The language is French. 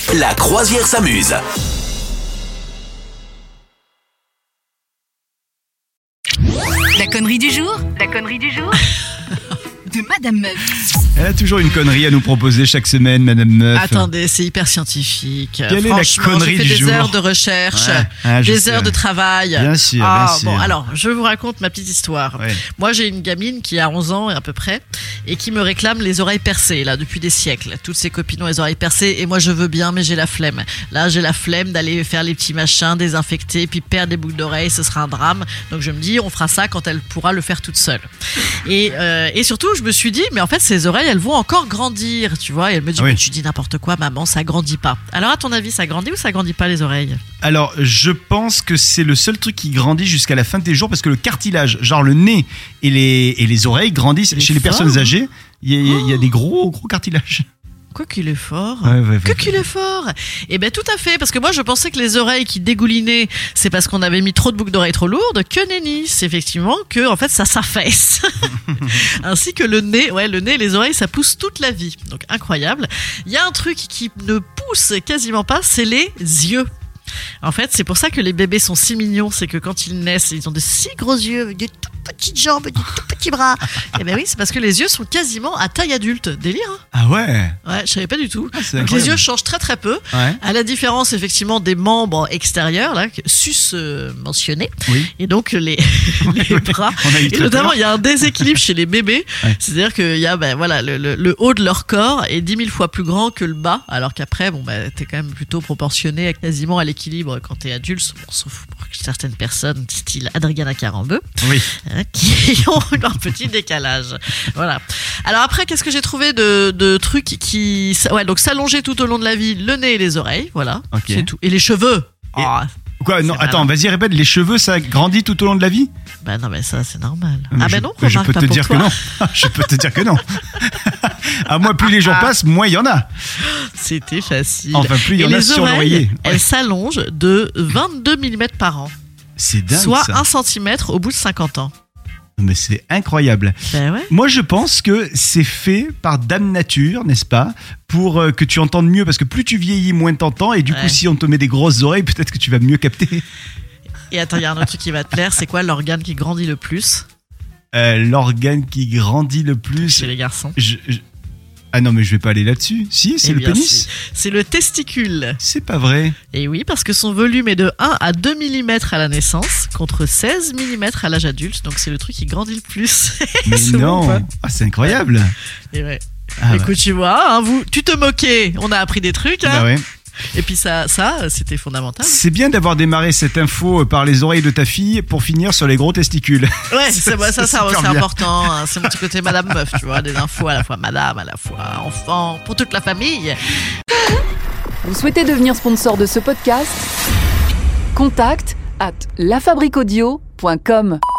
La croisière s'amuse. La connerie du jour de Madame Meuf. Elle a toujours une connerie à nous proposer chaque semaine, Madame Meuf. Attendez, c'est hyper scientifique. Quelle est la connerie j'ai fait du des jour heures de recherche, je des sais, heures de travail. Bien sûr, Bon, alors, je vous raconte ma petite histoire. Ouais. Moi, j'ai une gamine qui a 11 ans à peu près et qui me réclame les oreilles percées, là, depuis des siècles. Toutes ses copines ont les oreilles percées et moi, je veux bien, mais j'ai la flemme. Là, j'ai la flemme d'aller faire les petits machins, désinfecter, puis perdre des boucles d'oreilles, ce sera un drame. Donc, je me dis, on fera ça quand elle pourra le faire toute seule. Et surtout, je me suis dit, mais en fait, ses oreilles, elles vont encore grandir, tu vois. Et elle me dit, Oui. mais tu dis n'importe quoi, maman, ça grandit pas. Alors, à ton avis, ça grandit ou ça grandit pas les oreilles? Alors, je pense que c'est le seul truc qui grandit jusqu'à la fin de tes jours parce que le cartilage, genre le nez et les oreilles grandissent Il est chez les fort, personnes hein. âgées. Il y a des gros cartilages. Quoi qu'il est fort. Ouais. Que qu'il est fort. Eh ben tout à fait, parce que moi je pensais que les oreilles qui dégoulinaient, c'est parce qu'on avait mis trop de boucles d'oreilles trop lourdes. Que nenni, c'est effectivement que en fait ça s'affaisse. Ainsi que le nez et les oreilles, ça pousse toute la vie. Donc incroyable. Il y a un truc qui ne pousse quasiment pas, c'est les yeux. En fait, c'est pour ça que les bébés sont si mignons, c'est que quand ils naissent, ils ont de si gros yeux, avec des toutes petites jambes, des tout petits bras. Et ben oui, c'est parce que les yeux sont quasiment à taille adulte. Délire, hein? Ah ouais. Ouais, je savais pas du tout. C'est Donc incroyable. les yeux changent très très peu. Ouais. À la différence effectivement des membres extérieurs là, mentionnés. Oui. Et donc les bras. On a eu Et très notamment, peur. il y a un déséquilibre chez les bébés. Ouais. C'est-à-dire qu'il y a le haut de leur corps est 10 000 fois plus grand que le bas, alors qu'après t'es quand même plutôt proportionné quasiment à l'équilibre quand t'es adulte, sauf pour certaines personnes style Adriana Carambeu, Oui. qui ont un petit décalage. Voilà. Alors après, qu'est-ce que j'ai trouvé de trucs qui... donc s'allonger tout au long de la vie, le nez et les oreilles, voilà, Ok. c'est tout. Et les cheveux. Et- Ah, Quoi? Non, C'est attends, malin. vas-y, répète. Les cheveux, ça grandit tout au long de la vie? bah non, mais ça c'est normal. Mais Ben je- non, je remarque, peux pas te pour dire toi. que non. Je peux te dire que non. À moi, plus les jours passent, moins il y en a. C'était facile. Enfin, plus il y et en a les sur oreilles, l'oreiller. Ouais. elles s'allongent de 22 mm par an, C'est dingue, soit ça. 1 cm au bout de 50 ans. Mais c'est incroyable. Ben ouais. Moi, je pense que c'est fait par Dame Nature, n'est-ce pas, pour que tu entendes mieux, parce que plus tu vieillis, moins t'entends, et du coup, Ouais. si on te met des grosses oreilles, peut-être que tu vas mieux capter. Et attends, il y a un autre truc qui va te plaire, c'est quoi l'organe qui grandit le plus L'organe qui grandit le plus. chez les garçons? Ah non, mais je vais pas aller là-dessus. Si, c'est Eh le bien, pénis. c'est le testicule. C'est pas vrai. Et oui, parce que son volume est de 1 à 2 mm à la naissance, contre 16 mm à l'âge adulte, donc c'est le truc qui grandit le plus. Mais C'est bon, non. quoi. Ah, c'est incroyable. Et ouais. Ah, Écoute, tu vois, hein, tu te moquais, on a appris des trucs, hein. bah ouais. Et puis ça, c'était fondamental. C'est bien d'avoir démarré cette info par les oreilles de ta fille pour finir sur les gros testicules. Ouais, ça super c'est bien. important. Hein. C'est mon petit côté Madame Meuf, tu vois, des infos à la fois Madame, à la fois enfant, pour toute la famille. Vous souhaitez devenir sponsor de ce podcast ? Contact @lafabriquaudio.com